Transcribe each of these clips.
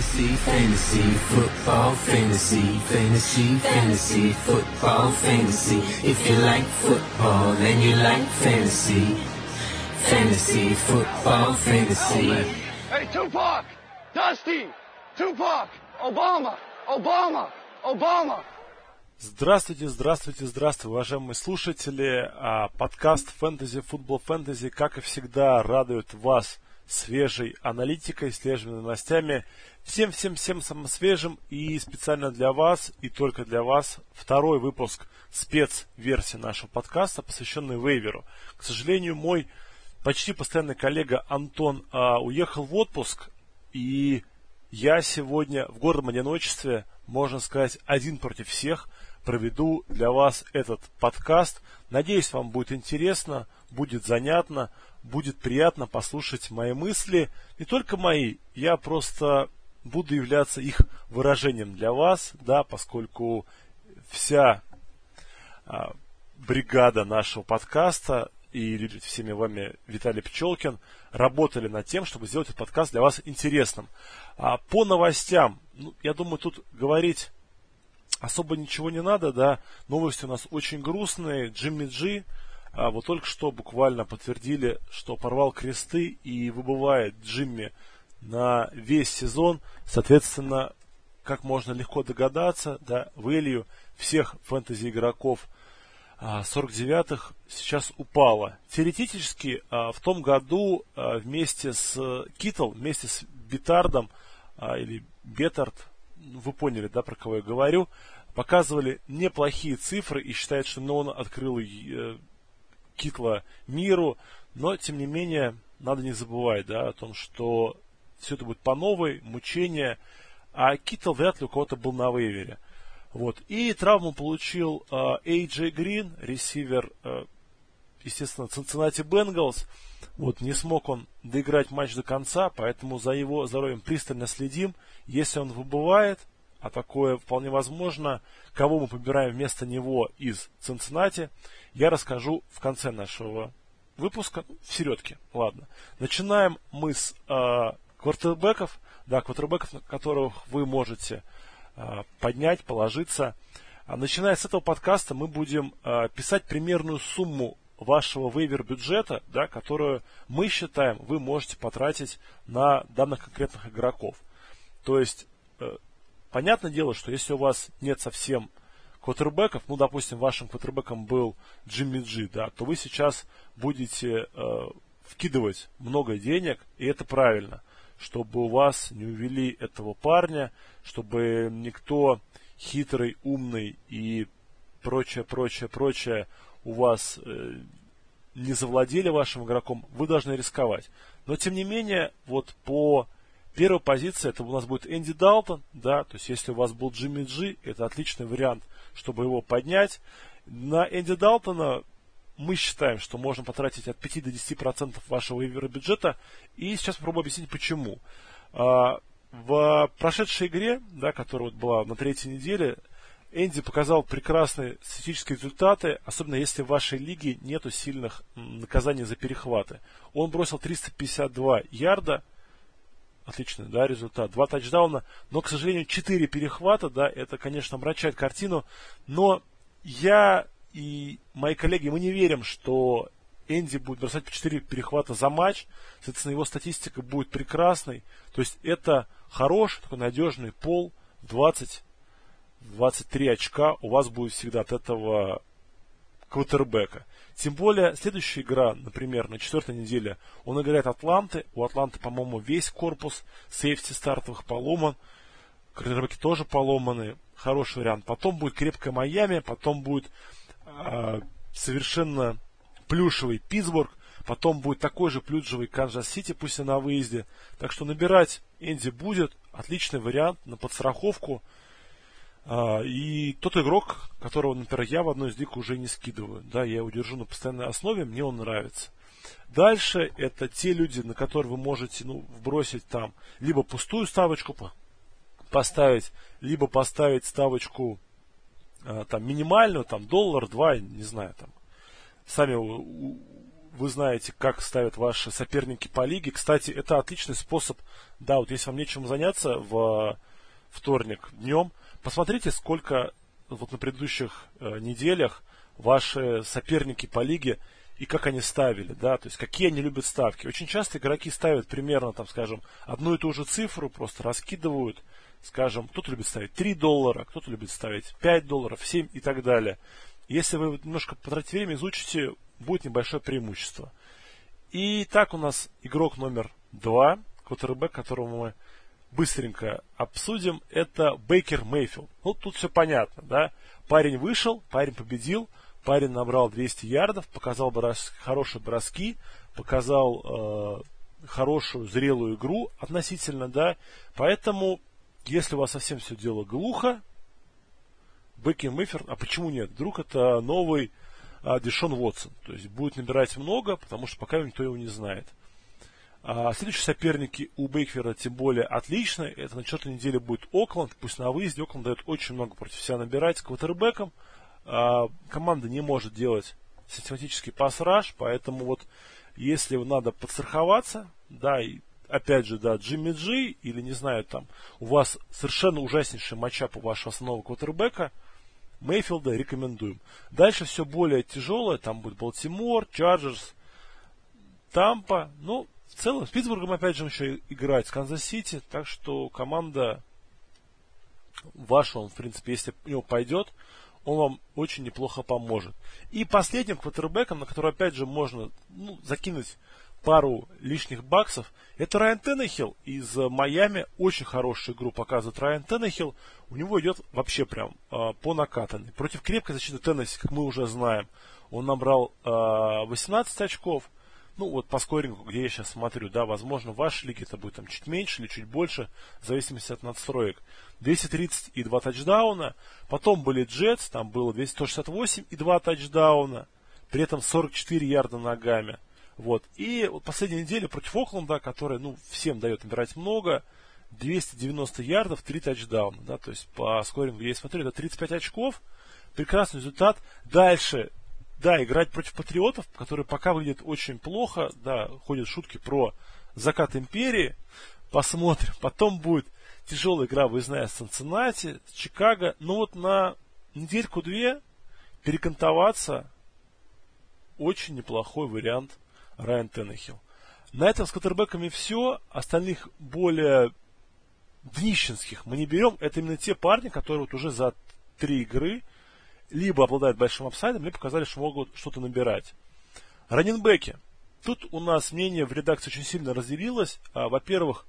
Fantasy, fantasy, football, fantasy, fantasy, fantasy, football, fantasy. If you like football and you like fantasy, fantasy, football, fantasy. Hey, Tupac, Dusty, Tupac, Obama, Obama, Obama. Здравствуйте, здравствуйте, здравствуйте, уважаемые слушатели. Подкаст Fantasy Football Fantasy, как и всегда, радует вас свежей аналитикой, свежими новостями. Всем самым свежим и специально для вас, и только для вас, второй выпуск спецверсии нашего подкаста, посвященный вейверу. К сожалению, мой почти постоянный коллега Антон уехал в отпуск, и я сегодня в гордом одиночестве, можно сказать, один против всех, проведу для вас этот подкаст. Надеюсь, вам будет интересно, будет занятно, будет приятно послушать мои мысли. Не только мои, я просто буду являться их выражением для вас, да, поскольку вся бригада нашего подкаста и всеми вами Виталий Пчелкин работали над тем, чтобы сделать этот подкаст для вас интересным. По новостям, я думаю, тут говорить особо ничего не надо, да. Новости у нас очень грустные. Джимми Джи вот только что буквально подтвердили, что порвал кресты и выбывает Джимми на весь сезон. Соответственно, как можно легко догадаться, да, value всех фэнтези игроков 49-х сейчас упала. Теоретически в том году вместе с Киттл, вместе с Бетардом или Бетард, вы поняли, да, про кого я говорю, показывали неплохие цифры и считают, что он открыл Киттла миру, но тем не менее надо не забывать, да, о том, что все это будет по новой, мучения, а Киттл вряд ли у кого-то был на вейвере. Вот. И травму получил Эй-Джей Грин, ресивер, естественно, Cincinnati Bengals. Вот, не смог он доиграть матч до конца, поэтому за его здоровьем пристально следим. Если он выбывает, а такое вполне возможно, кого мы подбираем вместо него из Cincinnati, я расскажу в конце нашего выпуска, в середке, ладно. Начинаем мы с квотербеков, да, квотербеков, на которых вы можете поднять, положиться. Начиная с этого подкаста мы будем писать примерную сумму вашего вейвер-бюджета, да, которую мы считаем, вы можете потратить на данных конкретных игроков. То есть, понятное дело, что если у вас нет совсем квотербеков, допустим, вашим квотербеком был Джимми Джи, да, то вы сейчас будете вкидывать много денег, и это правильно, чтобы у вас не увели этого парня, чтобы никто хитрый, умный и прочее у вас не завладели вашим игроком, вы должны рисковать. Но, тем не менее, вот по первой позиции это у нас будет Энди Далтон, да, то есть если у вас был Джимми Джи, это отличный вариант, чтобы его поднять. На Энди Далтона мы считаем, что можно потратить от 5 до 10% вашего вейвера бюджета, и сейчас попробую объяснить почему. В прошедшей игре, да, которая вот была на третьей неделе, Энди показал прекрасные статистические результаты, особенно если в вашей лиге нету сильных наказаний за перехваты. Он бросил 352 ярда, отличный, да, результат, 2 тачдауна, но, к сожалению, 4 перехвата, да, это, конечно, омрачает картину, но я и мои коллеги, мы не верим, что Энди будет бросать по 4 перехвата за матч, соответственно, его статистика будет прекрасной, то есть это хороший, такой надежный пол, 20-23 очка у вас будет всегда от этого квотербека. Тем более, следующая игра, например, на 4-й неделе, он играет Атланты. У Атланты, по-моему, весь корпус сейфти стартовых поломан. Квотербеки тоже поломаны. Хороший вариант. Потом будет крепкая Майами. Потом будет совершенно плюшевый Питтсбург. Потом будет такой же плюшевый Канзас-Сити, пусть и на выезде. Так что набирать Энди будет. Отличный вариант на подстраховку. И тот игрок, которого, например, я в одной из лиг уже не скидываю, да, я его держу на постоянной основе, мне он нравится. Дальше это те люди, на которые вы можете, вбросить там либо пустую ставочку поставить, либо поставить ставочку там минимальную, там $1, $2, не знаю, там сами вы знаете, как ставят ваши соперники по лиге. Кстати, это отличный способ, да, вот если вам нечем заняться в вторник днем, посмотрите, сколько вот на предыдущих неделях ваши соперники по лиге и как они ставили, да, то есть какие они любят ставки. Очень часто игроки ставят примерно, там, скажем, одну и ту же цифру, просто раскидывают, скажем, кто-то любит ставить $3, кто-то любит ставить $5, 7 и так далее. Если вы немножко потратите время, изучите, будет небольшое преимущество. И так у нас игрок номер 2, квотербек, которого мы быстренько обсудим, это Бейкер Мейфилд. Ну, тут все понятно, да. Парень вышел, парень победил, парень набрал 200 ярдов, показал хорошие броски, показал хорошую, зрелую игру относительно, да. Поэтому, если у вас совсем все дело глухо, Бейкер Мейфилд, а почему нет? Вдруг это новый Дешон Уотсон. То есть будет набирать много, потому что пока никто его не знает. Следующие соперники у Бейкера тем более отличные. Это на четвертой неделе будет Окленд. Пусть на выезде Окленд дает очень много против себя набирать с квотербеком. Команда не может делать систематический пас-раш, поэтому вот если надо подстраховаться, да, и опять же, да, Джимми Джи, или не знаю, там, у вас совершенно ужаснейший матчап у вашего основного квотербека, Мейфилда рекомендуем. Дальше все более тяжелое, там будет Балтимор, Чарджерс, Тампа, ну, в целом, с Питтсбургом опять же еще играть, с Канзас-Сити, так что команда ваша, он, в принципе, если у него пойдет, он вам очень неплохо поможет. И последним квотербеком, на который опять же можно закинуть пару лишних баксов, это Райан Теннехилл из Майами. Очень хорошую игру показывает Райан Теннехилл. У него идет вообще прям по накатанной. Против крепкой защиты Теннесси, как мы уже знаем, он набрал 18 очков. Ну, вот по скорингу, где я сейчас смотрю, да, возможно, в вашей лиге это будет там чуть меньше или чуть больше, в зависимости от надстроек. 230 и 2 тачдауна. Потом были Джетс, там было 268 и 2 тачдауна. При этом 44 ярда ногами. Вот. И вот последняя неделя против Окленда, которая, всем дает набирать много, 290 ярдов, 3 тачдауна, да, то есть по скорингу я смотрю, это 35 очков, прекрасный результат. Дальше, да, играть против Патриотов, которые пока выглядят очень плохо, да, ходят шутки про закат империи, посмотрим. Потом будет тяжелая игра, выездная с Цинциннати, с Чикаго, но вот на недельку-две перекантоваться очень неплохой вариант Райан Теннехилл. На этом с квотербеками все. Остальных более днищенских мы не берем. Это именно те парни, которые вот уже за 3 игры либо обладают большим апсайдом, либо показали, что могут что-то набирать. Раннинбеки. Тут у нас мнение в редакции очень сильно разделилось. Во-первых,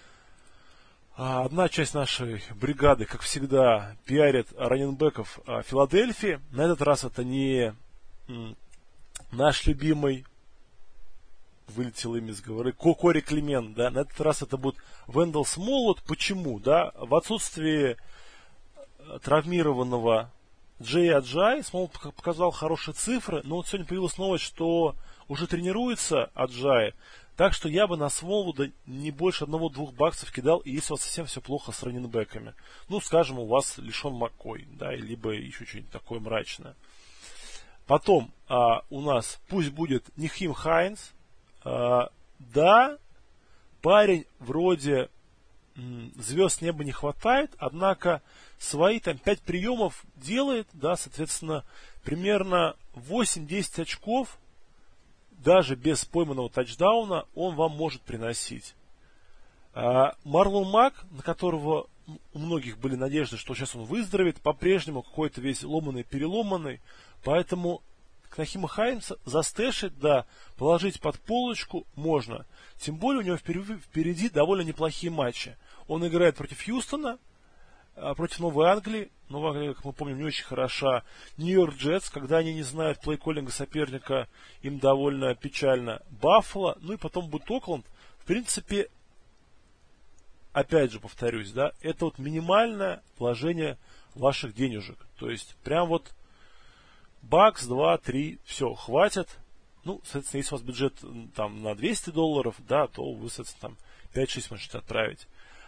одна часть нашей бригады, как всегда, пиарит раннинбеков Филадельфии. На этот раз это не наш любимый, вылетел им из головы, Кори Клемент, да, на этот раз это будет Вендел Смолвуд. Почему, да, в отсутствии травмированного Джей Аджай, Смолвуд показал хорошие цифры, но вот сегодня появилась новость, что уже тренируется Аджай, так что я бы на Смолвуда не больше 1-2 баксов кидал, и если у вас совсем все плохо с раннинбеками. Ну, скажем, у вас лишен Маккой, да, либо еще что-нибудь такое мрачное. Потом у нас пусть будет Нихим Хайнс. Да, парень вроде звезд неба не хватает, однако свои там 5 приемов делает, да, соответственно, примерно 8-10 очков, даже без пойманного тачдауна, он вам может приносить. Марлон Мак, на которого у многих были надежды, что сейчас он выздоровеет, по-прежнему какой-то весь ломаный-переломанный, поэтому Нахима Хайнса застэшить, да, положить под полочку можно. Тем более у него впереди довольно неплохие матчи. Он играет против Хьюстона, против Новой Англии. Новая Англия, как мы помним, не очень хороша. Нью-Йорк Джетс, когда они не знают плей-коллинга соперника, им довольно печально. Баффало, ну и потом будет Окленд. В принципе, опять же повторюсь, да, это вот минимальное вложение ваших денежек. То есть, прям вот бакс, 2, 3, все, хватит. Ну, соответственно, если у вас бюджет там на $200, да, то вы, соответственно, там 5-6 можете отправить.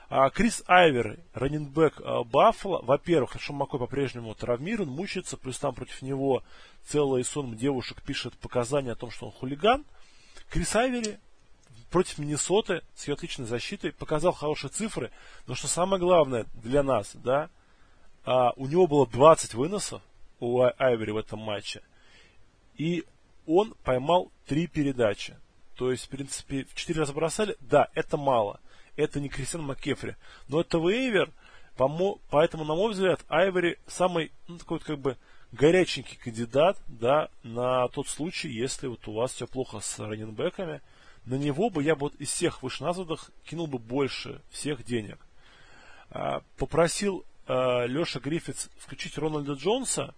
Крис Айвери, раннинбэк Баффало, во-первых, Шон Маккой по-прежнему травмирован, мучается, плюс там против него целый сон девушек пишет показания о том, что он хулиган. Крис Айвери против Миннесоты с ее отличной защитой показал хорошие цифры, но что самое главное для нас, да, у него было 20 выносов у Айвери в этом матче, и он поймал 3 передачи. То есть, в принципе, в 4 раза бросали, да, это мало. Это не Кристиан МакКефри, но это вейвер, поэтому, на мой взгляд, Айвери самый, такой как бы горяченький кандидат, да, на тот случай, если вот у вас все плохо с раннинбэками. На него бы я бы вот из всех вышеназванных кинул бы больше всех денег. Попросил Леша Гриффитс включить Рональда Джонса.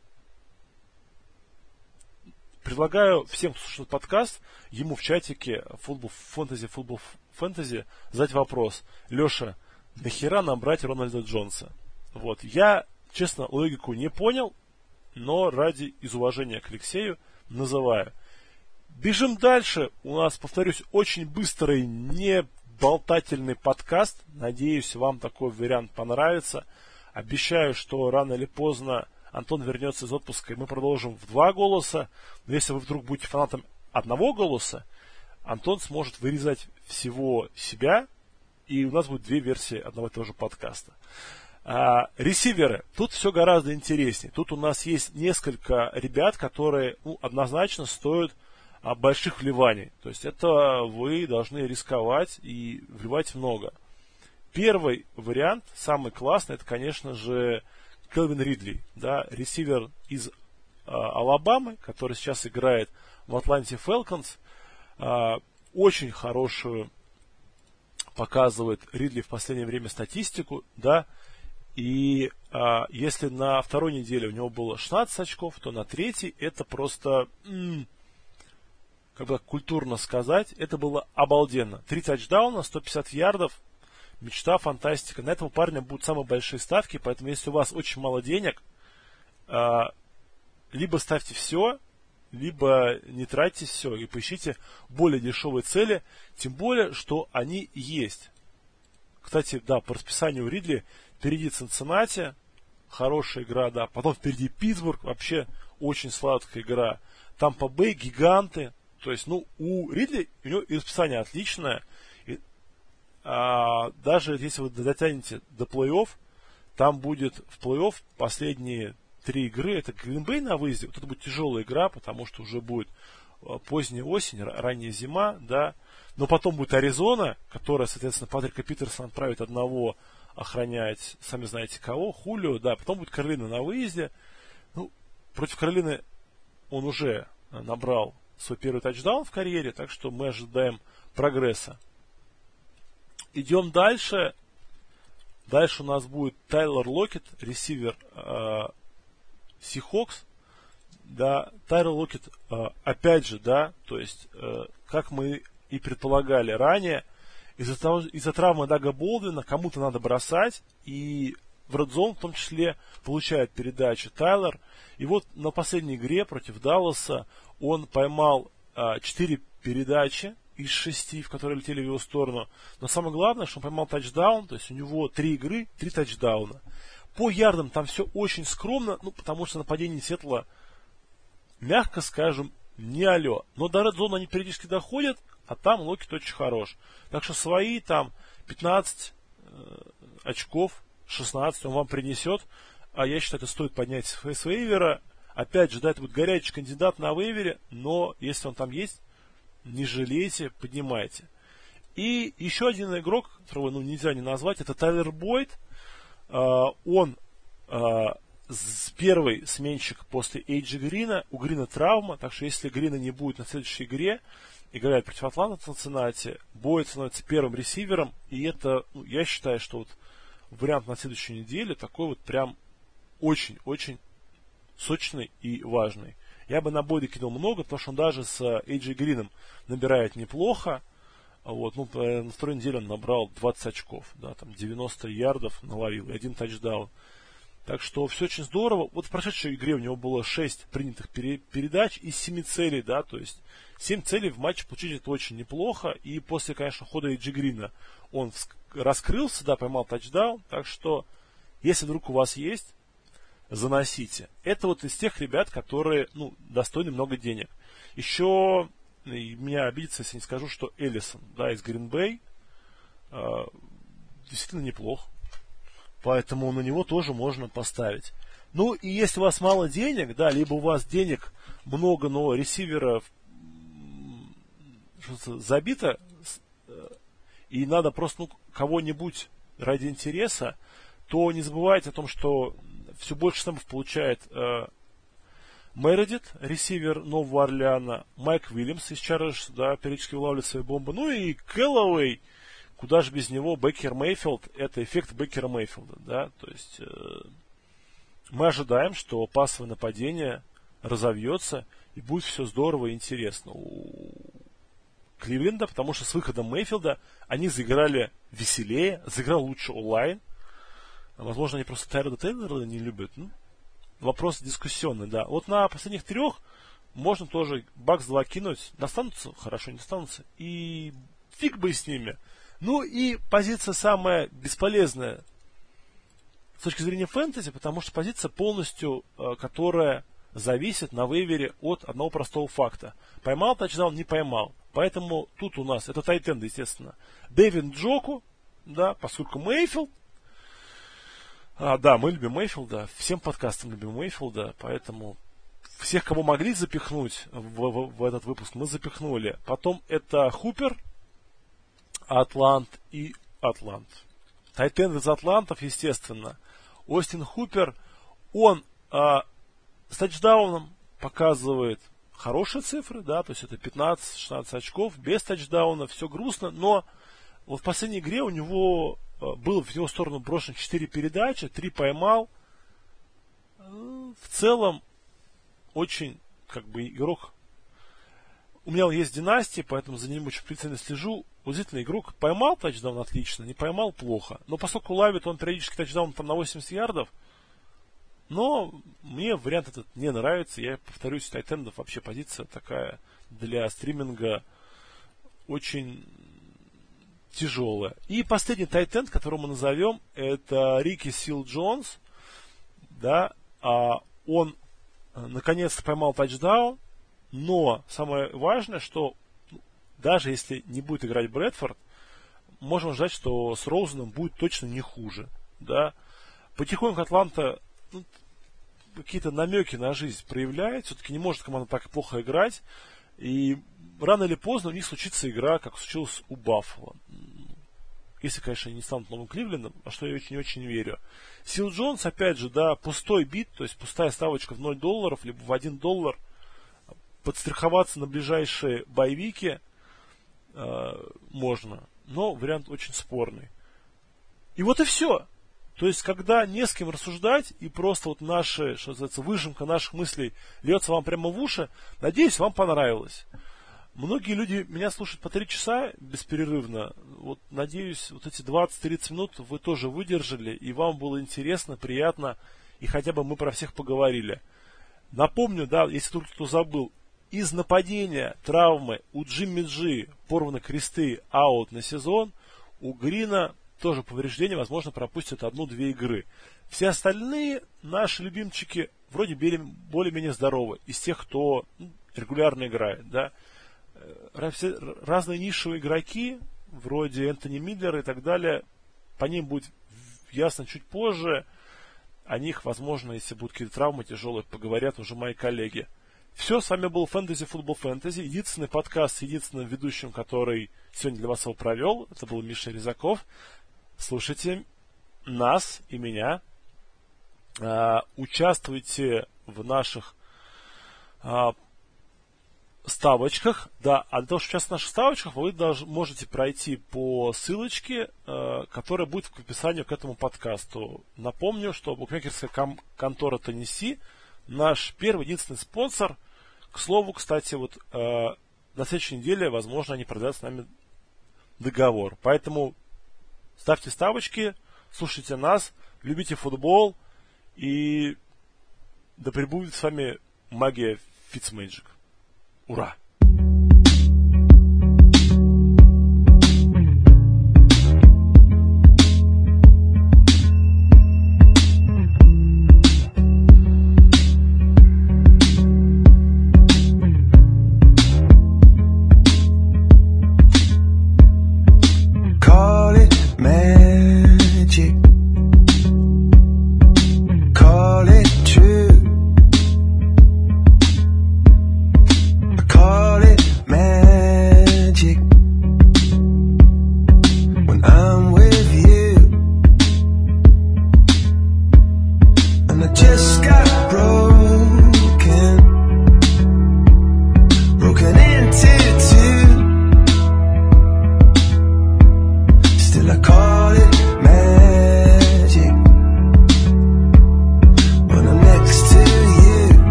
Предлагаю всем, кто слушает подкаст, ему в чатике Футбол Фэнтези задать вопрос. Леша, нахера нам брать Рональда Джонса? Вот. Я, честно, логику не понял, но ради из уважения к Алексею называю. Бежим дальше. У нас, повторюсь, очень быстрый, не болтательный подкаст. Надеюсь, вам такой вариант понравится. Обещаю, что рано или поздно Антон вернется из отпуска, и мы продолжим в 2 голоса. Но если вы вдруг будете фанатом одного голоса, Антон сможет вырезать всего себя, и у нас будет 2 версии одного и того же подкаста. Ресиверы. Тут все гораздо интереснее. Тут у нас есть несколько ребят, которые однозначно стоят больших вливаний. То есть это вы должны рисковать и вливать много. Первый вариант, самый классный, это, конечно же, Келвин Ридли, да, ресивер из Алабамы, который сейчас играет в Атланте Фэлконс. Очень хорошую показывает Ридли в последнее время статистику, да, и если на второй неделе у него было 16 очков, то на третьей это просто, как бы культурно сказать, это было обалденно. 3 тачдауна, 150 ярдов, мечта, фантастика. На этого парня будут самые большие ставки, поэтому если у вас очень мало денег, либо ставьте все, либо не тратьте все и поищите более дешевые цели, тем более, что они есть. Кстати, да, по расписанию Ридли впереди Цинциннати, хорошая игра, да, потом впереди Питтсбург, вообще очень сладкая игра. Тампа Бэй, гиганты. То есть, у Ридли, у него и расписание отличное. И, даже если вы дотянете до плей-офф, там будет в плей-офф последние 3 игры. Это Green Bay на выезде. Вот это будет тяжелая игра, потому что уже будет поздняя осень, ранняя зима, да. Но потом будет Аризона, которая, соответственно, Патрика Питерсона отправит одного охранять, сами знаете кого, Хулио, да. Потом будет Каролина на выезде. Против Каролины он уже набрал свой первый тачдаун в карьере, так что мы ожидаем прогресса. Идем дальше. Дальше у нас будет Тайлер Локет, ресивер Сихокс. Да, Тайлер Локет, опять же, да, то есть, как мы и предполагали ранее, из-за травмы Дага Болдвина кому-то надо бросать, и в Red Zone в том числе получает передачи Тайлер. И вот на последней игре против Далласа он поймал 4 передачи из 6, в которые летели в его сторону. Но самое главное, что он поймал тачдаун, то есть у него 3 игры, 3 тачдауна. По ярдам там все очень скромно, потому что нападение Сиэтла, мягко скажем, не алё. Но до Red Zone они периодически доходят, а там Локет очень хорош. Так что свои там 15 очков, 16 он вам принесет. А я считаю, это стоит поднять с вейвера. Опять же, да, это будет горячий кандидат на вейвере, но если он там есть, не жалейте, поднимайте. И еще один игрок, которого нельзя не назвать, это Тайлер Бойд. Он первый сменщик после Эйджи Грина. У Грина травма, так что если Грина не будет на следующей игре, играет против Атланты в Цинциннати, Бойд становится первым ресивером. И это, я считаю, что вот вариант на следующей неделе такой вот прям очень-очень сочный и важный. Я бы на Бойда кинул много, потому что он даже с Эйджи Грином набирает неплохо. Вот, на второй неделе он набрал 20 очков, да, там 90 ярдов наловил и 1 тачдаун. Так что все очень здорово. Вот в прошедшей игре у него было 6 принятых передач из 7 целей, да, то есть 7 целей в матче получить это очень неплохо. И после, конечно, хода Эйджи Грина он раскрылся, да, поймал тачдаун. Так что, если вдруг у вас есть, заносите. Это вот из тех ребят, которые, ну, достойны много денег. Еще меня обидится, если не скажу, что Эллисон, да, из Грин-Бэй, действительно неплох. Поэтому на него тоже можно поставить. Ну, и если у вас мало денег, да, либо у вас денег много, но ресиверов забито, и надо просто кого-нибудь ради интереса, то не забывайте о том, что все больше снэпов получает Мередит, ресивер Нового Орлеана, Майк Уильямс из Чарджерс, да, периодически вылавливает свои бомбы, ну и Кэллоуэй, куда же без него, Бейкер Мейфилд, это эффект Бейкера Мейфилда, да, то есть мы ожидаем, что пасовое нападение разовьется и будет все здорово и интересно у Кливленда, потому что с выходом Мейфилда они заиграли веселее, заиграл лучше онлайн. Возможно, они просто Тайрода Тейлора не любят. Ну, вопрос дискуссионный, да. Вот на последних 3 можно тоже бакс 2 кинуть. Достанутся? Хорошо, не достанутся. И фиг бы с ними. Ну и позиция самая бесполезная с точки зрения фэнтези, потому что позиция полностью, которая зависит на вейвере от одного простого факта. Поймал тачдаун, не поймал. Поэтому тут у нас, это тайтенды, естественно, Дэвин Джоку, да, поскольку Мейфилд, да, мы любим Мейфилда, всем подкастам любим Мейфилда, поэтому всех, кого могли запихнуть в этот выпуск, мы запихнули. Потом это Хупер, Атлант и Атлант. Тайтенд из Атлантов, естественно. Остин Хупер, он с тачдауном показывает хорошие цифры, да, то есть это 15-16 очков, без тачдауна, все грустно, но вот в последней игре у него было в его сторону брошено 4 передачи, 3 поймал. В целом, очень, как бы, игрок. У меня есть династия, поэтому за ним очень пристально слежу. Удивительный игрок. Поймал тачдаун отлично, не поймал плохо. Но поскольку ловит он периодически тачдаун там на 80 ярдов, но мне вариант этот не нравится. Я повторюсь, тайтендов вообще позиция такая для стриминга очень тяжелая. И последний тайтенд, которого мы назовем, это Рики Сил-Джонс. Да, он наконец-то поймал тачдаун, но самое важное, что даже если не будет играть Брэдфорд, можем ждать, что с Роузеном будет точно не хуже. Да. Потихоньку Атланта какие-то намеки на жизнь проявляет. Все-таки не может команда так плохо играть. И рано или поздно у них случится игра, как случилось у Баффало. Если, конечно, они не станут новым Кливлендом, а что я очень-очень верю. Сил Джонс, опять же, да, пустой бит, то есть пустая ставочка в $0, либо в $1. Подстраховаться на ближайшие боевики можно. Но вариант очень спорный. И вот и все. То есть, когда не с кем рассуждать, и просто вот наши, что называется, выжимка наших мыслей льется вам прямо в уши, надеюсь, вам понравилось. Многие люди меня слушают по 3 часа бесперерывно. Вот, надеюсь, вот эти 20-30 минут вы тоже выдержали, и вам было интересно, приятно, и хотя бы мы про всех поговорили. Напомню, да, если только кто забыл, из нападения, травмы у Джимми Джи порваны кресты, аут на сезон, у Грина тоже повреждение, возможно, пропустят 1-2 игры. Все остальные наши любимчики вроде более-менее здоровы. Из тех, кто регулярно играет. Да. Разные нишевые игроки, вроде Энтони Мидлера и так далее, по ним будет ясно чуть позже. О них, возможно, если будут какие-то травмы тяжелые, поговорят уже мои коллеги. Все, с вами был Fantasy Football Fantasy. Единственный подкаст с единственным ведущим, который сегодня для вас его провел. Это был Миша Резаков. Слушайте нас и меня. Участвуйте в наших ставочках. Да, а для того, чтобы участвовать в наших ставочках, вы можете пройти по ссылочке, которая будет в описании к этому подкасту. Напомню, что букмекерская контора Теннесси наш первый, единственный спонсор. К слову, кстати, вот на следующей неделе, возможно, они продлят с нами договор. Поэтому ставьте ставочки, слушайте нас, любите футбол, и да пребудет с вами магия Fitzmagic. Ура!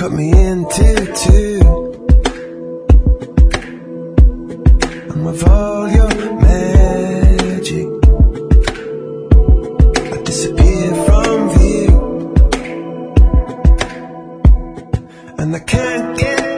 cut me into two, and with all your magic I disappear from view, and I can't get